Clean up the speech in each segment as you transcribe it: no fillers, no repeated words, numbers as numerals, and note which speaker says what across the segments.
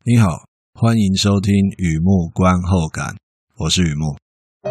Speaker 1: 你好，欢迎收听雨幕观后感，我是雨幕。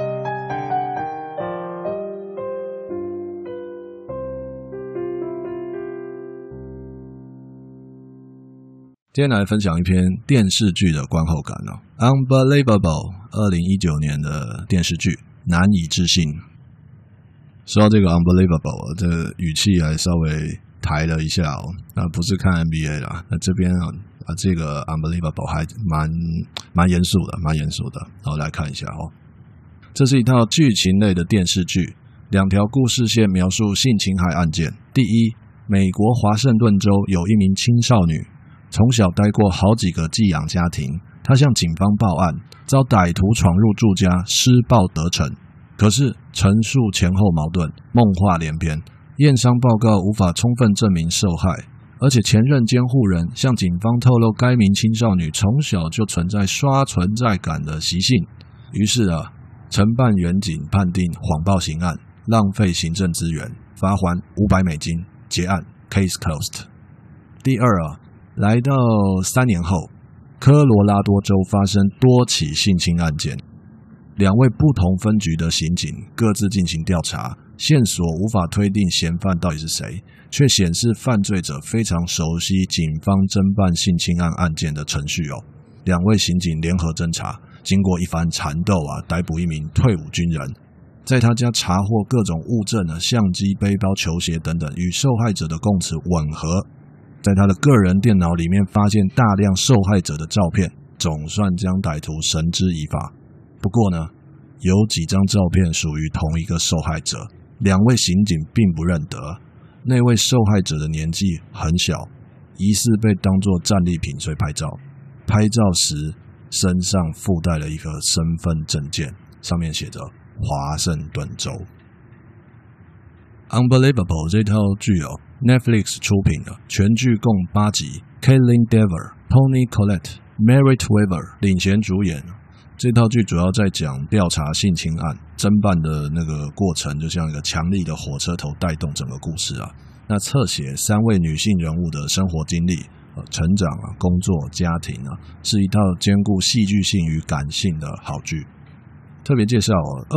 Speaker 1: 今天来分享一篇电视剧的观后感Unbelievable 2019年的电视剧，难以置信。说到这个 Unbelievable， 这个语气还稍微抬了一下那不是看 NBA 啦，那这边这个 Unbelievable 还蛮严肃的，好来看一下这是一套剧情类的电视剧，两条故事线描述性侵害案件。第一，美国华盛顿州有一名青少女，从小待过好几个寄养家庭，她向警方报案，遭歹徒闯入住家，施暴得逞。可是陈述前后矛盾，梦话连篇，验伤报告无法充分证明受害，而且前任监护人向警方透露该名青少女从小就存在刷存在感的习性。于是承办员警判定谎报刑案，浪费行政资源，罚还$500，结案 Case closed。 第二来到3年后，科罗拉多州发生多起性侵案件，两位不同分局的刑警各自进行调查，线索无法推定嫌犯到底是谁，却显示犯罪者非常熟悉警方侦办性侵案件的程序两位刑警联合侦查，经过一番缠斗逮捕一名退伍军人，在他家查获各种物证相机、背包、球鞋等等，与受害者的供词吻合。在他的个人电脑里面发现大量受害者的照片，总算将歹徒绳之以法。不过呢，有几张照片属于同一个受害者，两位刑警并不认得。那位受害者的年纪很小，疑似被当作战利品，所以拍照。拍照时身上附带了一个身份证件，上面写着华盛顿州。Unbelievable 这套剧Netflix 出品的，全剧共8集 Kaitlyn Dever、Toni Collette、Merritt Wever 领衔主演。这套剧主要在讲调查性侵案，侦办的那个过程就像一个强力的火车头带动整个故事那侧写3位女性人物的生活经历、成长工作、家庭是一套兼顾戏剧性与感性的好剧。特别介绍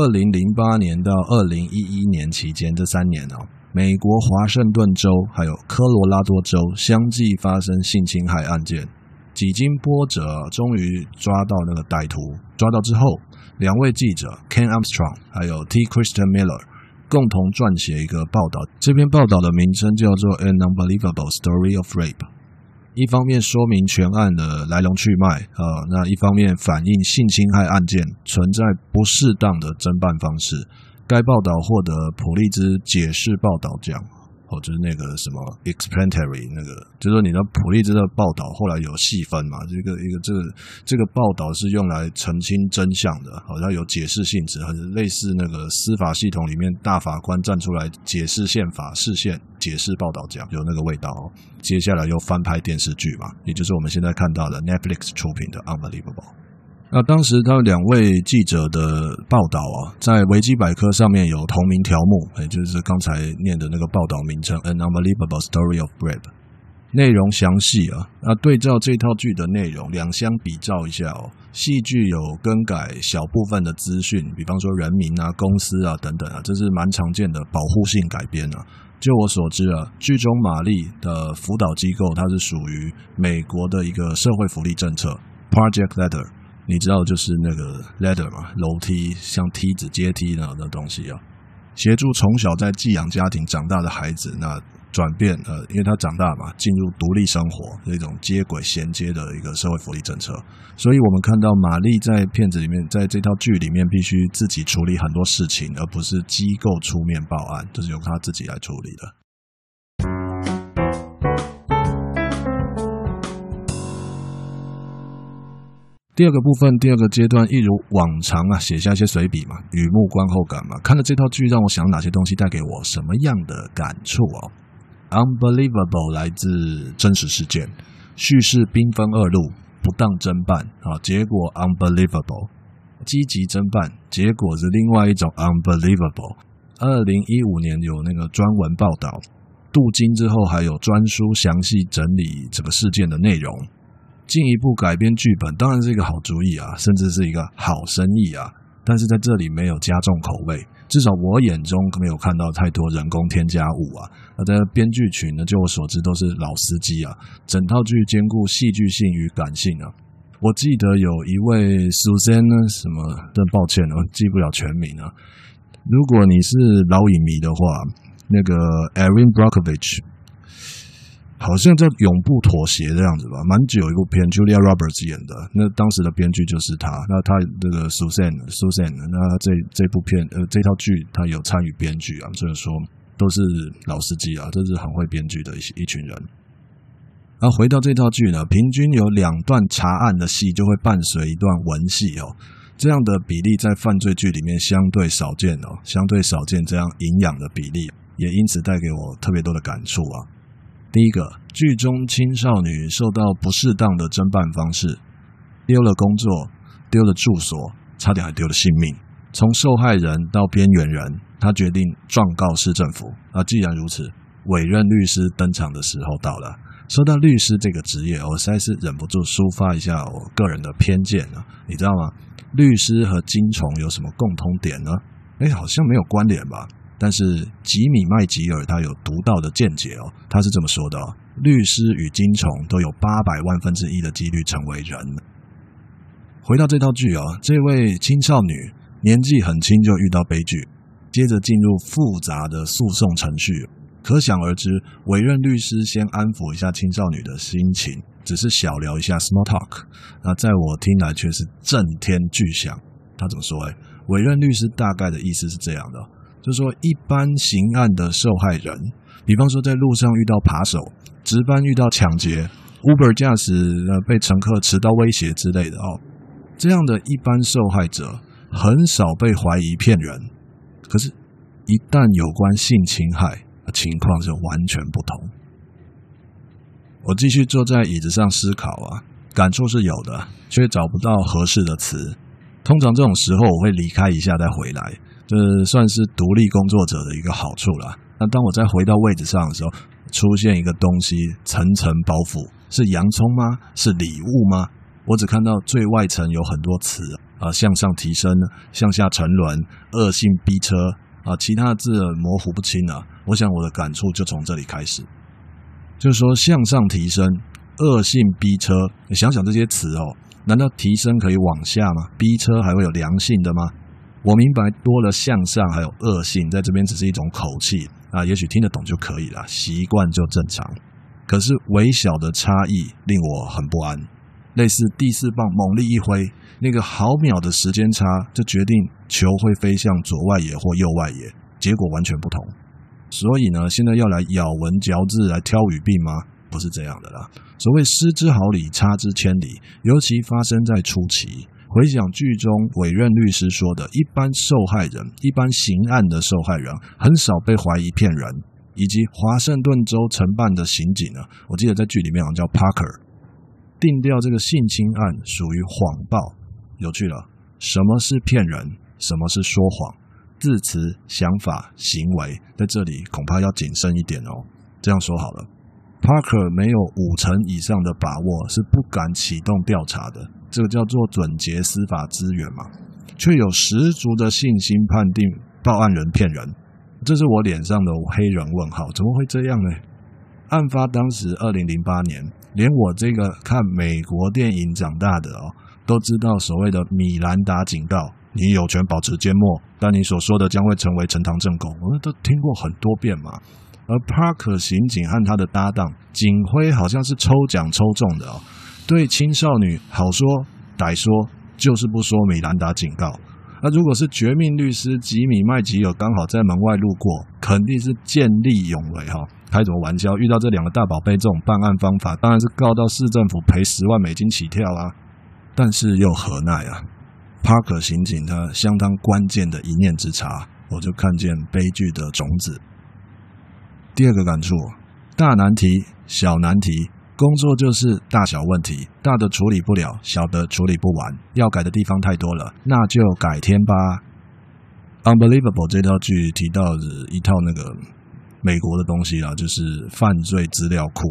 Speaker 1: 2008年到2011年期间这3年美国华盛顿州还有科罗拉多州相继发生性侵害案件。几经波折，终于抓到那个歹徒。抓到之后，两位记者 Ken Armstrong 还有 T. Kristen Miller 共同撰写一个报道。这篇报道的名称叫做 An Unbelievable Story of Rape。一方面说明全案的来龙去脉那一方面反映性侵害案件存在不适当的侦办方式。该报道获得普利兹解释报道奖。就是那个什么 explanatory 那个，就是说你的普利兹的报道后来有细分嘛，这个报道是用来澄清真相的，好像有解释性质，很类似那个司法系统里面大法官站出来解释宪法释宪解释报道奖，有那个味道接下来又翻拍电视剧嘛，也就是我们现在看到的 Netflix 出品的 Unbelievable。那当时他们两位记者的报道在维基百科上面有同名条目，也就是刚才念的那个报道名称 An Unbelievable Story of Rape。 内容详细对照这套剧的内容两相比照一下戏剧有更改小部分的资讯，比方说人名公司等等这是蛮常见的保护性改编就我所知剧中玛丽的辅导机构它是属于美国的一个社会福利政策 Project Ladder。你知道就是那个 ladder 嘛，楼梯像梯子阶梯那的东西协助从小在寄养家庭长大的孩子那转变因为他长大嘛，进入独立生活这种接轨衔接的一个社会福利政策。所以我们看到玛丽在片子里面，在这套剧里面必须自己处理很多事情，而不是机构出面报案，这是由他自己来处理的。第二个部分，第二个阶段，一如往常写下一些随笔嘛，雨幕观后感嘛。看了这套剧，让我想哪些东西带给我什么样的感触Unbelievable 来自真实事件，叙事兵分二路，不当侦办结果 Unbelievable， 积极侦办，结果是另外一种 Unbelievable。 2015年有那个专文报道，镀金之后还有专书详细整理这个事件的内容。 进一步改编剧本当然是一个好主意啊，甚至是一个好生意啊，但是在这里没有加重口味，至少我眼中没有看到太多人工添加物啊。的编剧群呢，就我所知都是老司机啊，整套剧兼顾戏剧性与感性啊。我记得有一位 Suzanne 什么，真抱歉我记不了全名啊。如果你是老影迷的话，那个 Erin Brockovich 好像在永不妥协这样子吧，蛮久一部片 Julia Roberts 演的，那当时的编剧就是他，那他这个 Suzanne， 那这部片这套剧他有参与编剧啊，所以说都是老司机啊，这是很会编剧的一群人。然后回到这套剧呢，平均有2段查案的戏就会伴随一段文戏哦，这样的比例在犯罪剧里面相对少见哦，相对少见这样营养的比例，也因此带给我特别多的感触啊。第一个，剧中青少女受到不适当的侦办方式，丢了工作，丢了住所，差点还丢了性命。从受害人到边缘人，他决定状告市政府。既然如此，委任律师登场的时候到了。说到律师这个职业，我实在是忍不住抒发一下我个人的偏见啊，你知道吗？律师和金虫有什么共通点呢？好像没有关联吧。但是吉米麦吉尔他有独到的见解哦，他是这么说的哦：律师与金虫都有800万分之一的几率成为人。回到这套剧哦，这位青少女年纪很轻就遇到悲剧，接着进入复杂的诉讼程序，可想而知，委任律师先安抚一下青少女的心情，只是小聊一下 small talk， 那在我听来却是震天巨响。他怎么说？委任律师大概的意思是这样的，就是说一般刑案的受害人，比方说在路上遇到扒手，值班遇到抢劫， Uber 驾驶被乘客持刀威胁之类的哦，这样的一般受害者很少被怀疑骗人，可是一旦有关性侵害，情况就完全不同。我继续坐在椅子上思考啊，感触是有的，却找不到合适的词。通常这种时候我会离开一下再回来，这算是独立工作者的一个好处啦。那当我再回到位置上的时候，出现一个东西层层包覆，是洋葱吗？是礼物吗？我只看到最外层有很多词向上提升，向下沉沦，恶性逼车其他字模糊不清啊。我想我的感触就从这里开始，就是说向上提升，恶性逼车，你想想这些词哦，难道提升可以往下吗？逼车还会有良性的吗？我明白多了向上还有恶性，在这边只是一种口气也许听得懂就可以了，习惯就正常。可是微小的差异令我很不安，类似第4棒猛力一挥，那个毫秒的时间差就决定球会飞向左外野或右外野，结果完全不同。所以呢，现在要来咬文嚼字来挑语病吗？不是这样的啦。所谓失之毫厘，差之千里，尤其发生在初期。回想剧中委任律师说的，一般受害人，一般刑案的受害人很少被怀疑骗人，以及华盛顿州承办的刑警呢，我记得在剧里面好像叫 Parker， 定调这个性侵案属于谎报。有趣了，什么是骗人，什么是说谎，字词、想法、行为，在这里恐怕要谨慎一点哦。这样说好了， Parker 没有50%以上的把握是不敢启动调查的，这个叫做准结司法资源嘛，却有十足的信心判定报案人骗人，这是我脸上的黑人问号，怎么会这样呢？案发当时2008年，连我这个看美国电影长大的都知道所谓的米兰达警告，你有权保持缄默，但你所说的将会成为呈堂证供，我们都听过很多遍嘛。而 Parker 刑警和他的搭档警徽好像是抽奖抽中的对青少女好说歹说，就是不说米兰达警告。如果是绝命律师吉米麦吉尔刚好在门外路过，肯定是见利勇为开什么玩笑，遇到这2个大宝贝，这种办案方法当然是告到市政府赔10万美金起跳啊。但是又何奈啊， Parker 刑警他相当关键的一念之差，我就看见悲剧的种子。第二个感触，大难题小难题，工作就是大小问题，大的处理不了，小的处理不完，要改的地方太多了，那就改天吧。 Unbelievable 这套剧提到一套那个美国的东西啦，就是犯罪资料库。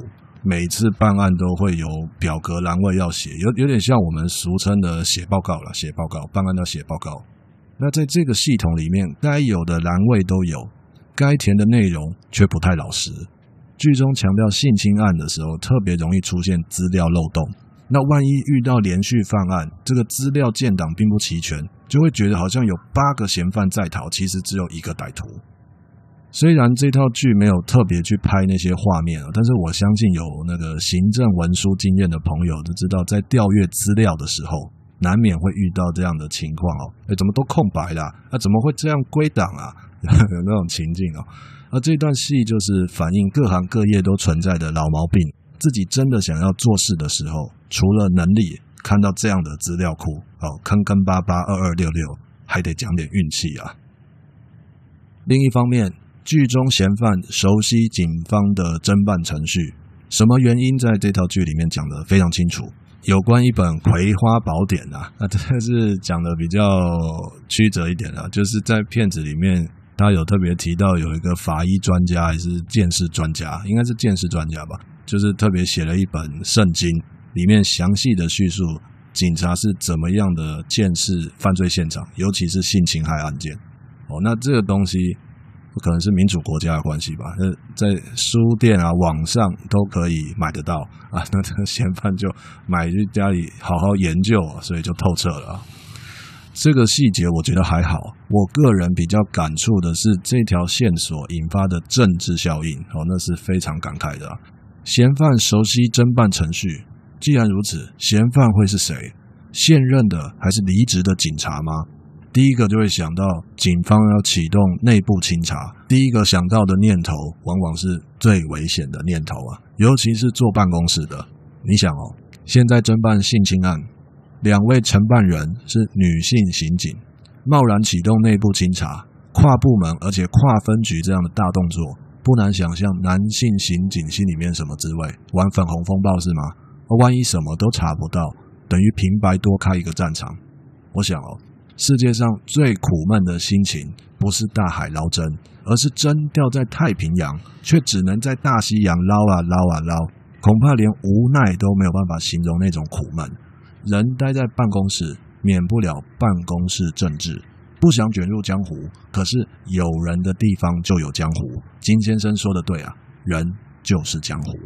Speaker 1: 每次办案都会有表格栏位要写，有点像我们俗称的写报告啦，写报告，办案要写报告。那在这个系统里面，该有的栏位都有，该填的内容却不太老实。剧中强调性侵案的时候，特别容易出现资料漏洞。那万一遇到连续犯案，这个资料建档并不齐全，就会觉得好像有8个嫌犯在逃，其实只有1个歹徒。虽然这套剧没有特别去拍那些画面，但是我相信有那个行政文书经验的朋友就知道，在调阅资料的时候，难免会遇到这样的情况哦。怎么都空白啦？怎么会这样归档啊？有那种情境哦。而这段戏就是反映各行各业都存在的老毛病，自己真的想要做事的时候，除了能力，看到这样的资料库，坑坑巴巴2266，还得讲点运气啊。另一方面，剧中嫌犯熟悉警方的侦办程序，什么原因在这套剧里面讲得非常清楚。有关一本《葵花宝典》啊，这是讲的比较曲折一点啊，就是在片子里面，他有特别提到有一个法医专家还是鉴识专家，应该是鉴识专家吧，就是特别写了一本圣经，里面详细的叙述警察是怎么样的鉴识犯罪现场，尤其是性侵害案件。那这个东西可能是民主国家的关系吧，在书店啊、网上都可以买得到啊。那这个嫌犯就买去家里好好研究，所以就透彻了。这个细节我觉得还好，我个人比较感触的是这条线索引发的政治效应，那是非常感慨的。嫌犯熟悉侦办程序，既然如此，嫌犯会是谁？现任的还是离职的警察吗？第一个就会想到警方要启动内部清查，第一个想到的念头往往是最危险的念头啊，尤其是坐办公室的。你想现在侦办性侵案，2位承办人是女性刑警，贸然启动内部清查，跨部门而且跨分局这样的大动作，不难想象男性刑警心里面什么滋味，玩粉红风暴是吗？万一什么都查不到，等于平白多开一个战场。我想世界上最苦闷的心情不是大海捞针，而是针掉在太平洋，却只能在大西洋捞啊捞啊捞，恐怕连无奈都没有办法形容那种苦闷。人待在办公室，免不了办公室政治，不想卷入江湖，可是有人的地方就有江湖。金先生说的对啊，人就是江湖。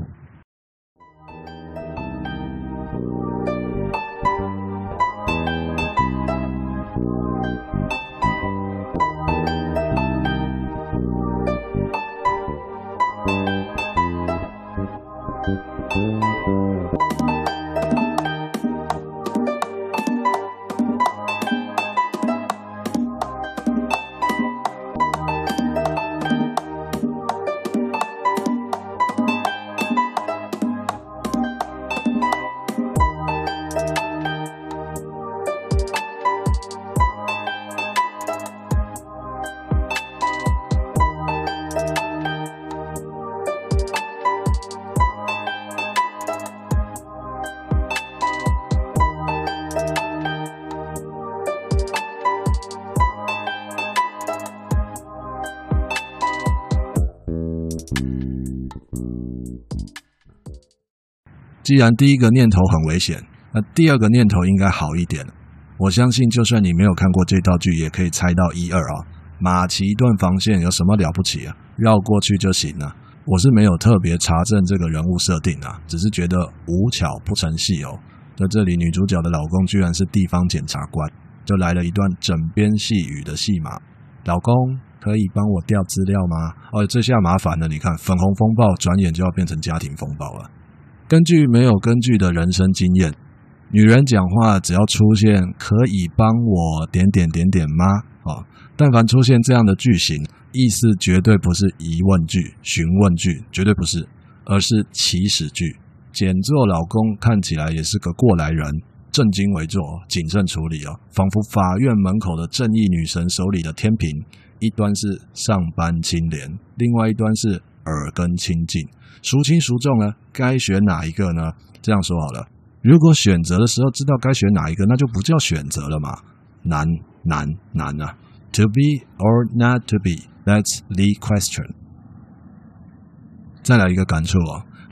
Speaker 1: 既然第一个念头很危险，那第二个念头应该好一点。我相信就算你没有看过这道剧，也可以猜到1、2啊。马其顿防线有什么了不起啊？绕过去就行了。我是没有特别查证这个人物设定啊，只是觉得无巧不成戏哦。在这里女主角的老公居然是地方检察官，就来了一段枕边细语的戏码。老公，可以帮我调资料吗？这下麻烦了，你看粉红风暴转眼就要变成家庭风暴了。根据没有根据的人生经验，女人讲话只要出现可以帮我点点点点吗？但凡出现这样的句型，意思绝对不是疑问句、询问句，绝对不是，而是祈使句。简作老公看起来也是个过来人，正襟危坐，谨慎处理仿佛法院门口的正义女神手里的天平，一端是上班清廉，另外一端是耳根清净。孰轻孰重呢？该选哪一个呢？这样说好了，如果选择的时候知道该选哪一个，那就不叫选择了嘛。难啊 ！To be or not to be, that's the question. 再来一个感触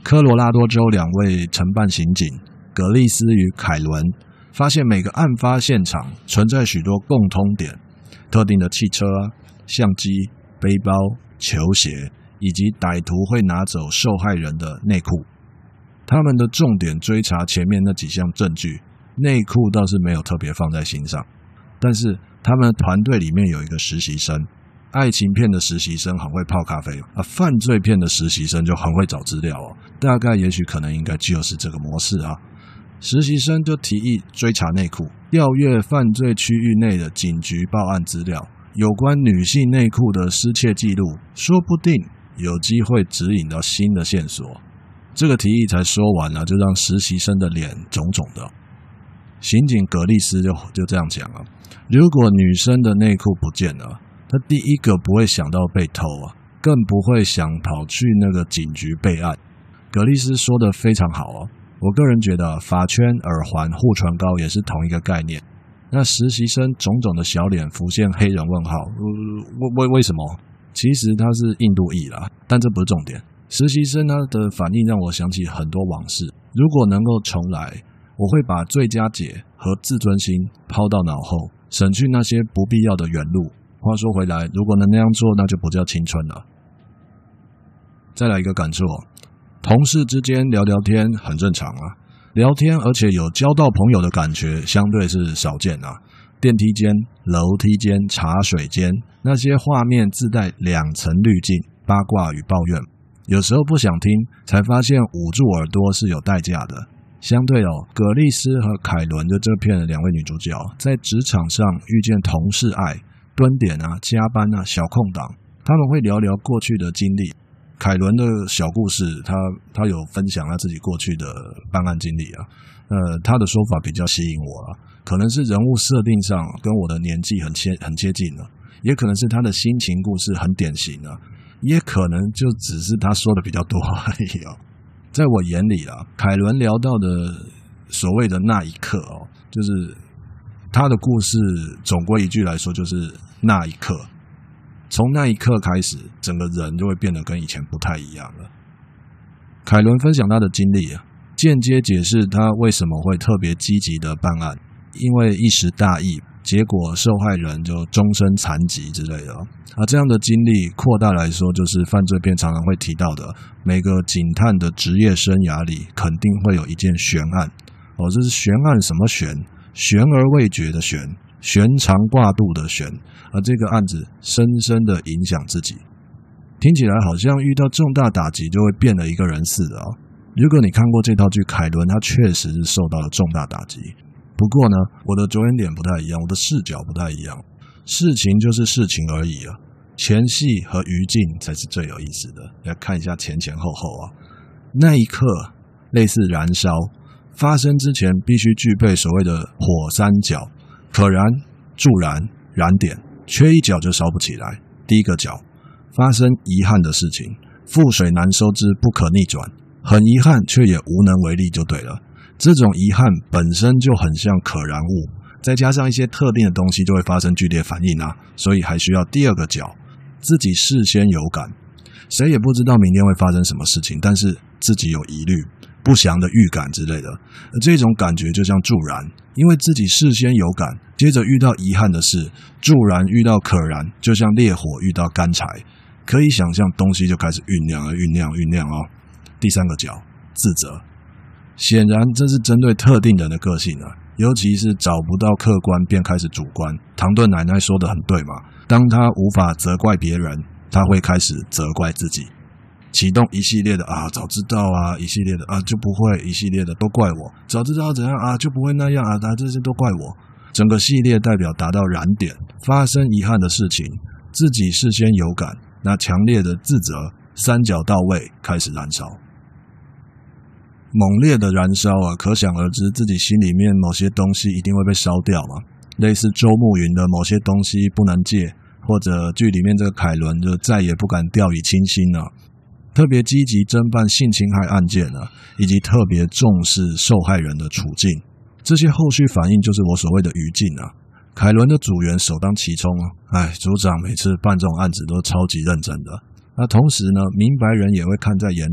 Speaker 1: 科罗拉多州2位承办刑警格利斯与凯伦发现每个案发现场存在许多共通点，特定的汽车、相机、背包、球鞋，以及歹徒会拿走受害人的内裤。他们的重点追查前面那几项证据，内裤倒是没有特别放在心上。但是他们团队里面有一个实习生，爱情片的实习生很会泡咖啡犯罪片的实习生就很会找资料大概也许可能应该就是这个模式实习生就提议追查内裤，调阅犯罪区域内的警局报案资料，有关女性内裤的失窃记录，说不定有机会指引到新的线索。这个提议才说完就让实习生的脸肿肿的。刑警格利斯就这样讲如果女生的内裤不见了，他第一个不会想到被偷更不会想跑去那个警局备案。格利斯说的非常好我个人觉得发圈、耳环、护唇膏也是同一个概念。那实习生肿肿的小脸浮现黑人问号，为什么？其实他是印度裔啦，但这不是重点。实习生他的反应让我想起很多往事，如果能够重来，我会把最佳解和自尊心抛到脑后，省去那些不必要的远路。话说回来，如果能那样做，那就不叫青春了。再来一个感触同事之间聊聊天很正常聊天而且有交到朋友的感觉相对是少见电梯间、楼梯间、茶水间，那些画面自带2层滤镜，八卦与抱怨，有时候不想听，才发现捂住耳朵是有代价的。相对格利斯和凯伦的这片的2位女主角，在职场上遇见同事爱、蹲点加班小空档，他们会聊聊过去的经历。凯伦的小故事，他有分享他自己过去的办案经历他的说法比较吸引我可能是人物设定上跟我的年纪很接近也可能是他的心情故事很典型也可能就只是他说的比较多而已在我眼里凯伦聊到的所谓的那一刻就是他的故事总归一句来说就是那一刻，从那一刻开始，整个人就会变得跟以前不太一样了。凯伦分享他的经历间接解释他为什么会特别积极的办案，因为一时大意，结果受害人就终身残疾之类的这样的经历扩大来说，就是犯罪片常常会提到的，每个警探的职业生涯里肯定会有一件悬案这是悬案什么悬？悬而未决的悬，悬肠挂肚的悬，而这个案子深深的影响自己。听起来好像遇到重大打击就会变了一个人似的如果你看过这套剧，凯伦他确实是受到了重大打击。不过呢，我的着眼点不太一样，我的视角不太一样。事情就是事情而已前戏和余烬才是最有意思的。来看一下前前后后那一刻类似燃烧，发生之前必须具备所谓的火三角：可燃、助燃、燃点，缺一角就烧不起来。第一个角，发生遗憾的事情，覆水难收之不可逆转，很遗憾却也无能为力就对了。这种遗憾本身就很像可燃物，再加上一些特定的东西就会发生剧烈反应所以还需要第二个角，自己事先有感。谁也不知道明天会发生什么事情，但是自己有疑虑、不祥的预感之类的，这种感觉就像助燃，因为自己事先有感，接着遇到遗憾的事，助燃遇到可燃，就像烈火遇到干柴，可以想象东西就开始酝酿第三个角，自责。显然这是针对特定人的个性尤其是找不到客观便开始主观。唐顿奶奶说的很对嘛，当他无法责怪别人，他会开始责怪自己，启动一系列的早知道一系列的就不会，一系列的都怪我，早知道怎样就不会那样这些都怪我。整个系列代表达到燃点，发生遗憾的事情，自己事先有感，那强烈的自责，三角到位，开始燃烧。猛烈的燃烧可想而知自己心里面某些东西一定会被烧掉嘛，类似周慕云的某些东西不能戒，或者剧里面这个凯伦就再也不敢掉以轻心特别积极侦办性侵害案件以及特别重视受害人的处境，这些后续反应就是我所谓的余烬凯伦的组员首当其冲组长每次办这种案子都超级认真的。那同时呢，明白人也会看在眼里，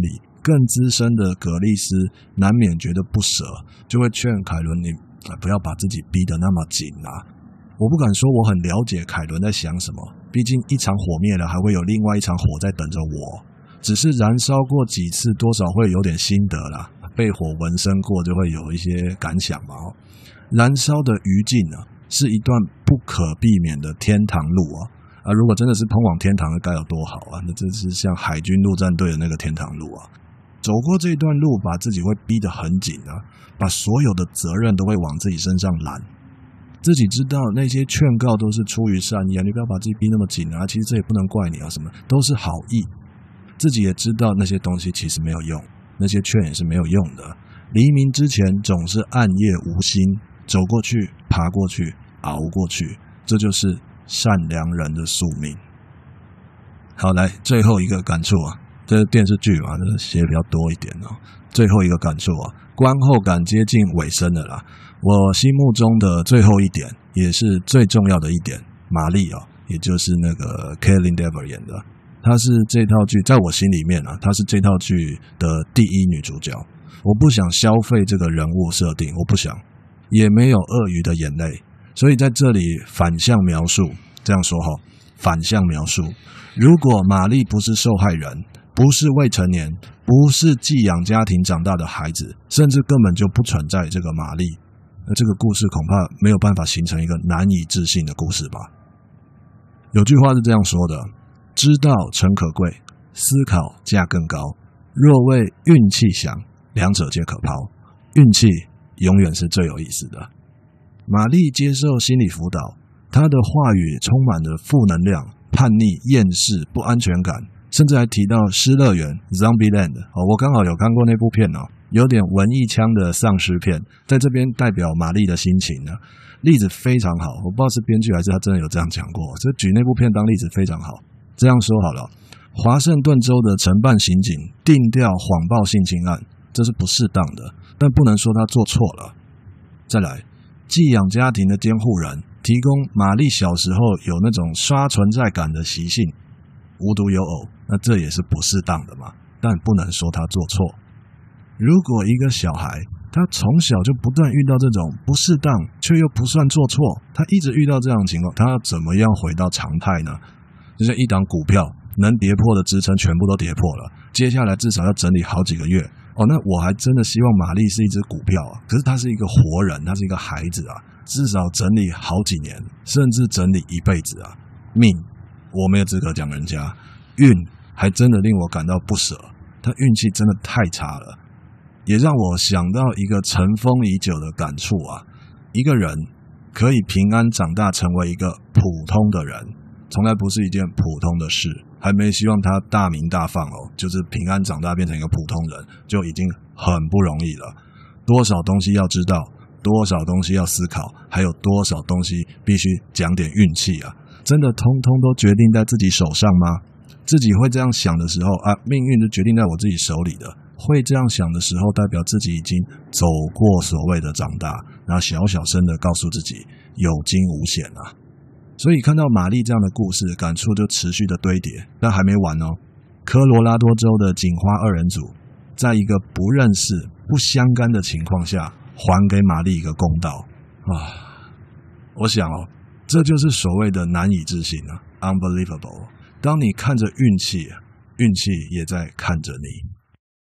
Speaker 1: 更资深的葛丽丝难免觉得不舍，就会劝凯伦你不要把自己逼得那么紧啊。我不敢说我很了解凯伦在想什么，毕竟一场火灭了，还会有另外一场火在等着我。只是燃烧过几次，多少会有点心得啦，被火纹身过就会有一些感想嘛。燃烧的余烬啊，是一段不可避免的天堂路啊！如果真的是通往天堂的，该有多好啊！那这是像海军陆战队的那个天堂路啊！走过这段路，把自己会逼得很紧啊，把所有的责任都会往自己身上揽。自己知道那些劝告都是出于善意啊，你不要把自己逼那么紧啊，其实这也不能怪你啊，什么都是好意。自己也知道那些东西其实没有用，那些劝也是没有用的。黎明之前总是暗夜无心，走过去，爬过去，熬过去，这就是善良人的宿命。好，来最后一个感触啊，这是电视剧嘛，这写的比较多一点哦。最后一个感触啊，观后感接近尾声了啦。我心目中的最后一点，也是最重要的一点，玛丽啊，也就是那个 Kaitlyn Dever 演的，她是这套剧在我心里面啊，她是这套剧的第一女主角。我不想消费这个人物设定，我不想，也没有鳄鱼的眼泪，所以在这里反向描述，这样说齁，反向描述，如果玛丽不是受害人，不是未成年，不是寄养家庭长大的孩子，甚至根本就不存在这个玛丽，那这个故事恐怕没有办法形成一个难以置信的故事吧。有句话是这样说的，知道诚可贵，思考价更高，若为运气想，两者皆可抛，运气永远是最有意思的。玛丽接受心理辅导，她的话语充满了负能量、叛逆、厌世、不安全感，甚至还提到失乐园 Zombieland。我刚好有看过那部片有点文艺腔的丧尸片，在这边代表玛丽的心情呢，例子非常好。我不知道是编剧还是他真的有这样讲过，所以举那部片当例子非常好。这样说好了，华盛顿州的承办刑警定调谎报性侵案，这是不适当的，但不能说他做错了。再来，寄养家庭的监护人提供玛丽小时候有那种刷存在感的习性，无独有偶，那这也是不适当的嘛，但不能说他做错。如果一个小孩他从小就不断遇到这种不适当却又不算做错，他一直遇到这样的情况，他要怎么样回到常态呢？就像一档股票能跌破的支撑全部都跌破了，接下来至少要整理好几个月那我还真的希望玛丽是一只股票啊，可是她是一个活人，她是一个孩子啊，至少整理好几年，甚至整理一辈子啊。命我没有资格讲人家，运还真的令我感到不舍，她运气真的太差了。也让我想到一个尘封已久的感触啊，一个人可以平安长大成为一个普通的人，从来不是一件普通的事，还没希望他大名大放就是平安长大变成一个普通人，就已经很不容易了。多少东西要知道，多少东西要思考，还有多少东西必须讲点运气啊！真的通通都决定在自己手上吗？自己会这样想的时候啊，命运就决定在我自己手里的。会这样想的时候，代表自己已经走过所谓的长大，然后小小声的告诉自己有惊无险啊。所以看到玛丽这样的故事，感触就持续的堆叠，但还没完科罗拉多州的警花二人组，在一个不认识、不相干的情况下，还给玛丽一个公道啊！我想这就是所谓的难以置信啊 ，unbelievable。当你看着运气，运气也在看着你。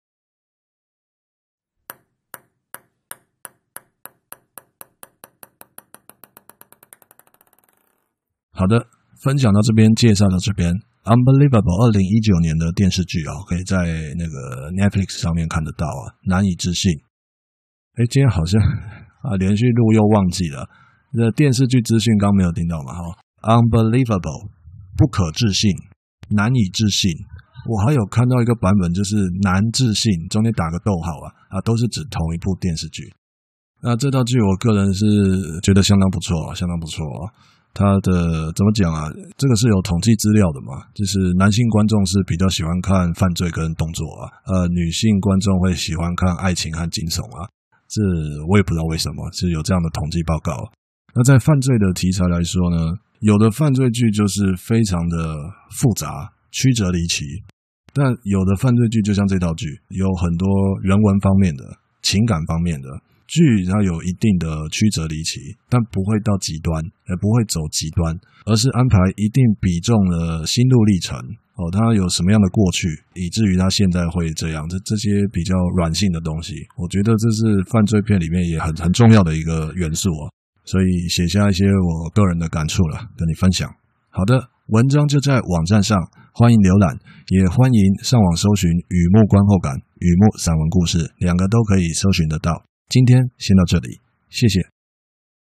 Speaker 1: 好的，分享到这边，介绍到这边。Unbelievable 2019年的电视剧可以在那个 Netflix 上面看得到啊，难以置信。今天好像连续录又忘记了，这电视剧资讯刚没有听到嘛Unbelievable 不可置信，难以置信。我还有看到一个版本就是难置信，中间打个逗号都是指同一部电视剧。那这套剧我个人是觉得相当不错，相当不错它的怎么讲啊？这个是有统计资料的嘛，就是男性观众是比较喜欢看犯罪跟动作女性观众会喜欢看爱情和惊悚这我也不知道为什么是有这样的统计报告。那在犯罪的题材来说呢，有的犯罪剧就是非常的复杂、曲折离奇， 但有的犯罪剧就像这套剧，有很多人文方面的、情感方面的剧，它有一定的曲折离奇，但不会到极端，也不会走极端，而是安排一定比重的心路历程。他有什么样的过去，以至于他现在会这样，这些比较软性的东西，我觉得这是犯罪片里面也很重要的一个元素啊。所以写下一些我个人的感触了，跟你分享。好的，文章就在网站上，欢迎浏览，也欢迎上网搜寻雨幕观后感、雨幕散文故事，两个都可以搜寻得到。今天先到这里，谢谢。